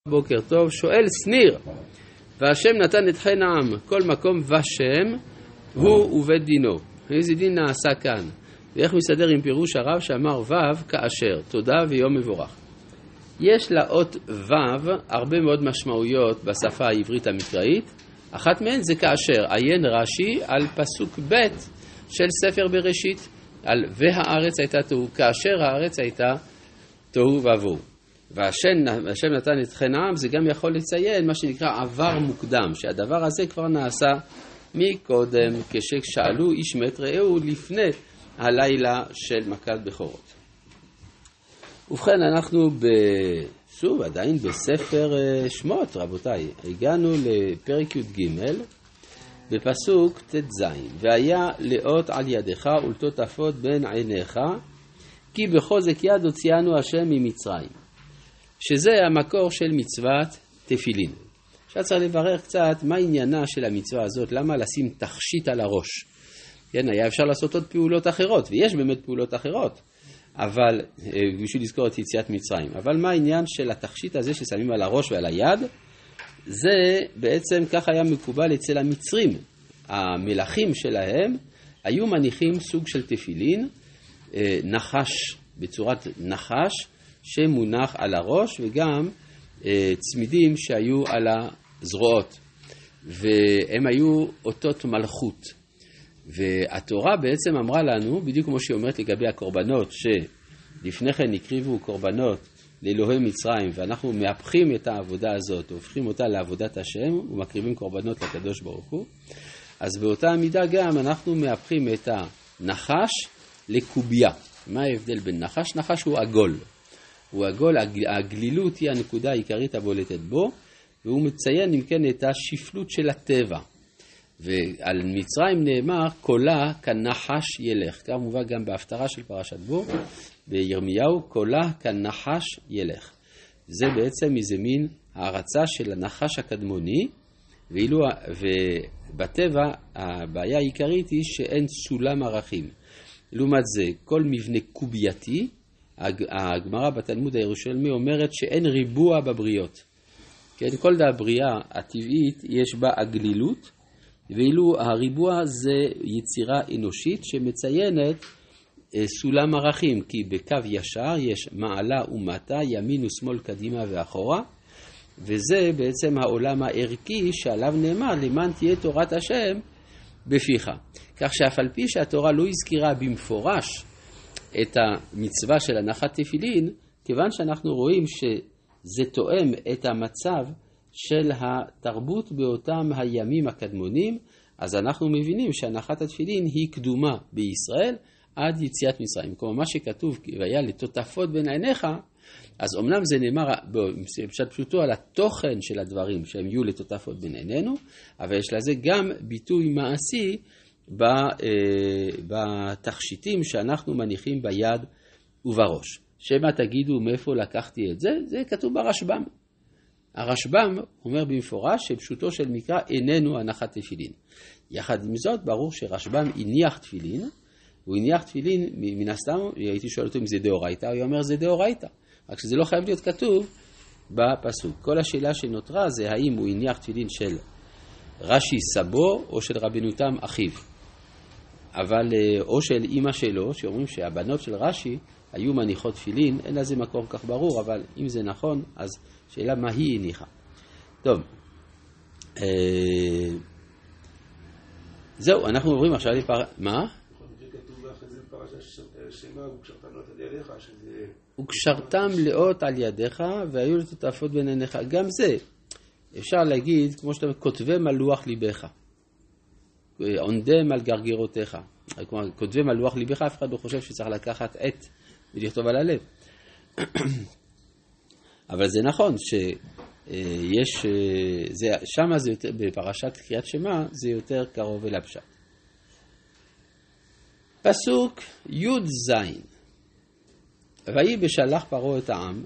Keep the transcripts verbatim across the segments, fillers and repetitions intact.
בוקר טוב, שואל סניר, והשם נתן את חן העם, כל מקום ושם הוא ובית דינו. איזה דין נעשה כאן? ואיך מסתדר עם פירוש הרב שאמר וו כאשר, תודה ויום מבורך. יש לאות וו הרבה מאוד משמעויות בשפה העברית המקראית, אחת מהן זה כאשר, עיין רש"י על פסוק ב' של ספר בראשית, על והארץ הייתה תוהו, כאשר הארץ הייתה תוהו ובוהו. והשם נתן את חן העם, זה גם יכול לציין מה שנקרא עבר מוקדם, שהדבר הזה כבר נעשה מקודם, כששאלו איש מת רעהו לפני הלילה של מכת בכורות. ובכן, אנחנו שוב עדיין בספר שמות, רבותיי. הגענו לפרק י"ג בפסוק ט"ז, והיה לאות על ידך ולטוטפות בין עיניך, כי בחוזק יד הוציאנו השם ממצרים. שזה המקור של מצוות תפילין. עכשיו צריך לברר קצת מה עניינה של המצווה הזאת, למה לשים תכשיט על הראש. כן, היה אפשר לעשות עוד פעולות אחרות, ויש באמת פעולות אחרות, אבל בשביל לזכור את יציאת מצרים. אבל מה העניין של התכשיט הזה ששמים על הראש ועל היד? זה בעצם כך היה מקובל אצל המצרים. המלכים שלהם היו מניחים סוג של תפילין, נחש, בצורת נחש, שמונח על הראש, וגם אה, צמידים שהיו על הזרועות, והם היו אותות מלכות. והתורה בעצם אמרה לנו, בדיוק כמו שהיא אומרת לגבי הקורבנות, שלפני כן הקריבו קורבנות לאלוהי מצרים, ואנחנו מהפכים את העבודה הזאת, הופכים אותה לעבודת השם, ומקריבים קורבנות לקדוש ברוך הוא, אז באותה המידה גם אנחנו מהפכים את הנחש לקוביה. מה ההבדל בין נחש? נחש הוא עגול. הוא עגול, הגלילות היא הנקודה העיקרית הבולטת בו, והוא מציין אם כן את השפלות של הטבע. ועל מצרים נאמר, קולה כנחש ילך. כך מובא גם בהפטרה של פרשת בו, בירמיהו, קולה כנחש ילך. זה בעצם איזה מין הערצה של הנחש הקדמוני, ואילו, ובטבע הבעיה העיקרית היא שאין סולם ערכים. לעומת זה, כל מבנה קובייתי, הגמרא בתלמוד הירושלמי אומרת שאין ריבוע בבריות. כן, כל הבריאה הטבעית יש בה הגלילות, ואילו הריבוע זה יצירה אנושית שמציינת סולם ערכים, כי בקו ישר יש מעלה ומטה, ימין ושמאל, קדימה ואחורה, וזה בעצם העולם הערכי שעליו נאמר, למען תהיה תורת השם בפיך. כך שאף על פי שהתורה לא הזכירה במפורש את המצווה של הנחת תפילין, כיוון שאנחנו רואים שזה תואם את המצב של התרבות באותם הימים הקדמונים, אז אנחנו מבינים שהנחת התפילין היא קדומה בישראל עד יציאת מצרים. כמו מה שכתוב, והיה לטוטפות בין עיניך, אז אמנם זה נאמר בפשט פשוטו על התוכן של הדברים שהם יהיו לטוטפות בין עינינו, אבל יש לזה גם ביטוי מעשי בתכשיטים שאנחנו מניחים ביד ובראש. שמה תגידו מאיפה לקחתי את זה? זה כתוב ברשב"ם. הרשב"ם אומר במפורש שפשוטו של מקרא איננו הנחת תפילין. יחד עם זאת ברור שרשב"ם הניח תפילין, הוא הניח תפילין מן הסתם, הייתי שואל אותו אם זה דאורייתא, הוא אומר זה דאורייתא, רק שזה לא חייב להיות כתוב בפסוק. כל השאלה שנותרה זה האם הוא הניח תפילין של רש"י סבו או של רבנו תם אחיו. אבל או של אמא שלו, שאומרים שהבנות של רש"י היו מניחות תפילין, אין לזה מקור כך ברור, אבל אם זה נכון, אז שאלה מה היא הניחה. טוב, זהו, אנחנו עוברים עכשיו לפר... מה? כתוב אחרי זה פרשת שמה, וקשרתם לאות על ידיך, שזה... וקשרתם לאות על ידיך, והיו לטוטפות בין עיניך. גם זה, אפשר להגיד, כמו שאתה אומר, כותבם על לוח ליבך. עונדם על גרגרותיך. כלומר, כותבים על לוח ליבך, אף אחד לא חושב שצריך לקחת עת ולכתוב על הלב. אבל זה נכון שיש, זה, שמה זה יותר, בפרשת קריאת שמע, זה יותר קרוב אל הפשט. פסוק י"ז, ויהי בשלח פרעה את העם,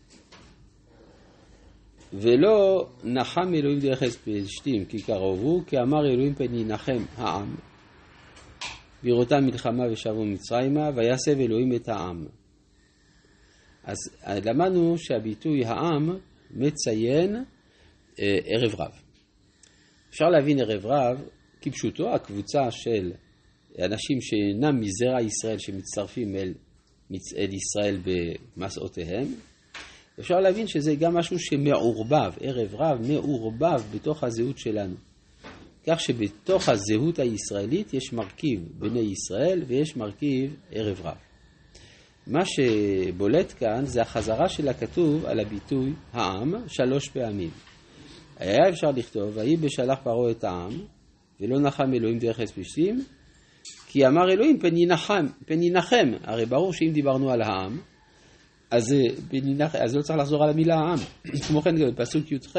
ולא נחם אלוהים דרך פלישתים כי קרבו, כי אמר אלוהים פן ינחם העם בראותם מלחמה ושבו מצרימה, ויסב אלוהים את העם. אז למדנו שהביטוי העם מציין אה, ערב רב. אפשר להבין ערב רב כפשוטו, הקבוצה של אנשים שאינם מזרע ישראל שמצטרפים אל, אל ישראל במסעותיהם. אפשר להבין שזה גם משהו שמעורבב, ערב רב מעורבב בתוך הזהות שלנו. כך שבתוך הזהות הישראלית יש מרכיב בני ישראל ויש מרכיב ערב רב. מה שבולט כאן זה החזרה של הכתוב על הביטוי העם שלוש פעמים. היה אפשר לכתוב, ויהי בשלח פרעה את העם, ולא נחם אלוהים דרך עץ פלישתים, כי אמר אלוהים פן ינחם, פן ינחם. הרי ברור שאם דיברנו על העם, אז, אז לא צריך לחזור על המילה העם. כמו כן בפסוק י"ח,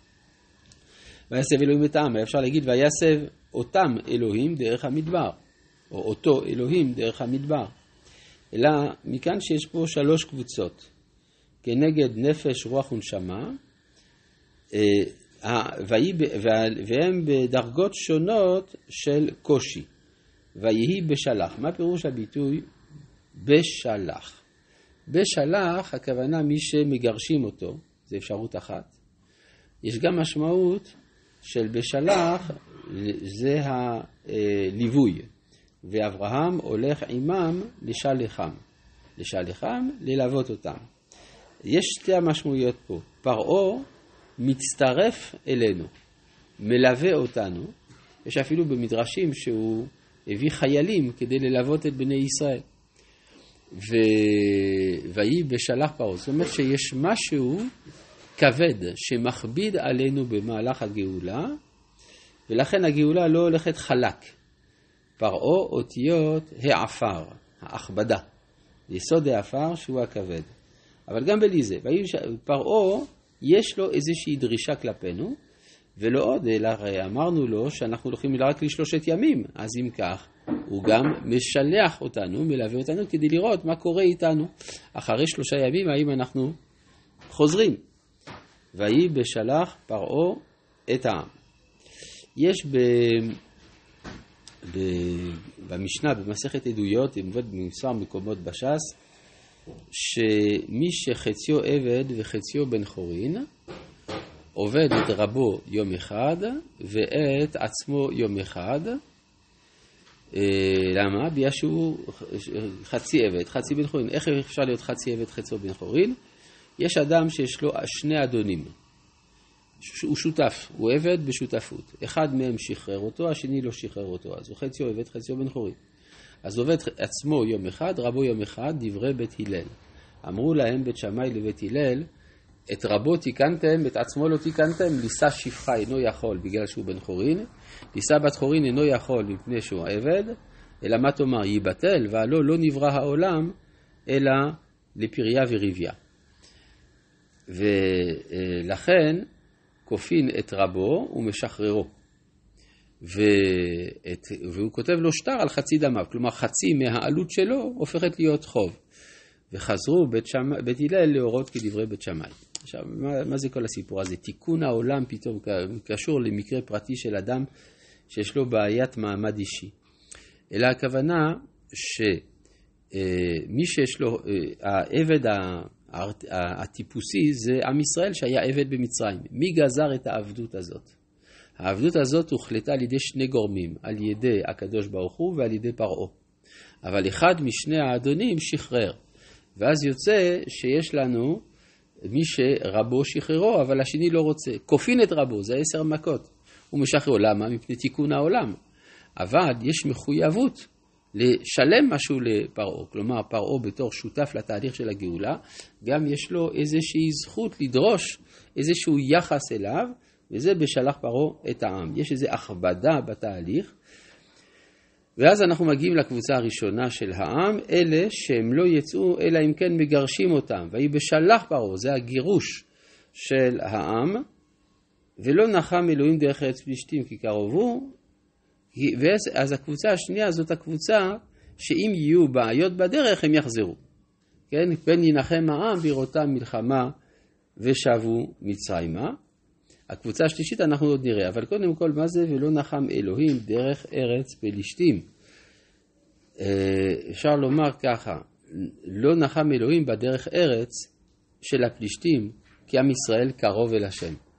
ויסב אלוהים את העם, היה אפשר להגיד ויסב אותם אלוהים דרך המדבר, או אותו אלוהים דרך המדבר. אלא מכאן שיש פה שלוש קבוצות, כנגד נפש, רוח ונשמה, והם בדרגות שונות של קושי. ויהי בשלח. מה פירוש הביטוי בשלח? בשלח הכוונה מי שמגרשים אותו, זה אפשרות אחת. יש גם משמעות של בשלח, זה הליווי. ואברהם הולך עמם לשלחם. לשלחם, ללוות אותם. יש שתי המשמעויות פה. פרעה מצטרף אלינו, מלווה אותנו. יש אפילו במדרשים שהוא הביא חיילים כדי ללוות את בני ישראל. ו... ויהי בשלח פרעה. זאת אומרת שיש משהו כבד שמכביד עלינו במהלך הגאולה, ולכן הגאולה לא הולכת חלק. פרעה אותיות העפר, ההכבדה. יסוד העפר שהוא הכבד. אבל גם בלי זה, פרעה יש לו איזושהי דרישה כלפינו, ולא עוד, אלא אמרנו לו שאנחנו הולכים רק לשלושת ימים, אז אם כך, הוא גם משלח אותנו, מלווה אותנו כדי לראות מה קורה איתנו. אחרי שלושה ימים, האם אנחנו חוזרים. ויהי בשלח פרעה את העם. יש ב... ב... במשנה, במסכת עדויות, מובאת במספר מקומות בש"ס, שמי שחציו עבד וחציו בן חורין, עובד את רבו יום אחד ואת עצמו יום אחד. למה? בגלל שהוא חצי עבד, חצי בן חורין. איך אפשר להיות חצי עבד, חצי בן חורין? יש אדם שיש לו שני אדונים. הוא שותף, הוא עבד בשותפות. אחד מהם שחרר אותו, השני לא שחרר אותו. אז הוא חציו עבד, חציו בן חורין. אז עובד עצמו יום אחד, רבו יום אחד, דברי בית הלל. אמרו להם בית שמאי לבית הלל, את רבו תיקנתם, את עצמו לא תיקנתם, לישא שפחה אינו יכול בגלל שהוא בן חורין, לישא בת חורין אינו יכול מפני שהוא עבד, אלא מה תאמר, ייבטל, והלא לא נברא העולם, אלא לפריה וריביה. ולכן כופין את רבו ומשחררו. ואת, והוא כותב לו שטר על חצי דמיו, כלומר חצי מהעלות שלו הופכת להיות חוב. וחזרו בית, שמ... בית הלל להורות כדברי בית שמאי. עכשיו, מה, מה זה כל הסיפור הזה? תיקון העולם פתאום קשור למקרה פרטי של אדם שיש לו בעיית מעמד אישי. אלא הכוונה שמי שיש לו, העבד הטיפוסי זה עם ישראל שהיה עבד במצרים. מי גזר את העבדות הזאת? העבדות הזאת הוחלטה על ידי שני גורמים, על ידי הקדוש ברוך הוא ועל ידי פרעה. אבל אחד משני האדונים שחרר. ואז יוצא שיש לנו מי שרבו שחררו, אבל השני לא רוצה. כופין את רבו, זה עשר מכות. הוא משחררו, למה? מפני תיקון העולם. אבל יש מחויבות לשלם משהו לפרעה. כלומר, פרעה בתור שותף לתהליך של הגאולה, גם יש לו איזושהי זכות לדרוש איזשהו יחס אליו, וזה בשלח פרעה את העם. יש איזו הכבדה בתהליך, ואז אנחנו מגיעים לקבוצה הראשונה של העם, אלה שהם לא יצאו, אלא אם כן מגרשים אותם. והיא בשלח פרעה, זה הגירוש של העם, ולא נחם אלוהים דרך ארץ פלישתים כי קרבו. אז הקבוצה השנייה זאת הקבוצה שאם יהיו בעיות בדרך הם יחזרו. כן? פן ינחם העם בראותם מלחמה ושבו מצרימה. הקבוצה השלישית אנחנו עוד נראה, אבל קודם כל מה זה ולא נחם אלוהים דרך ארץ פלישתים? אפשר לומר ככה, לא נחם אלוהים בדרך ארץ של הפלישתים, כי עם ישראל קרוב אל השם.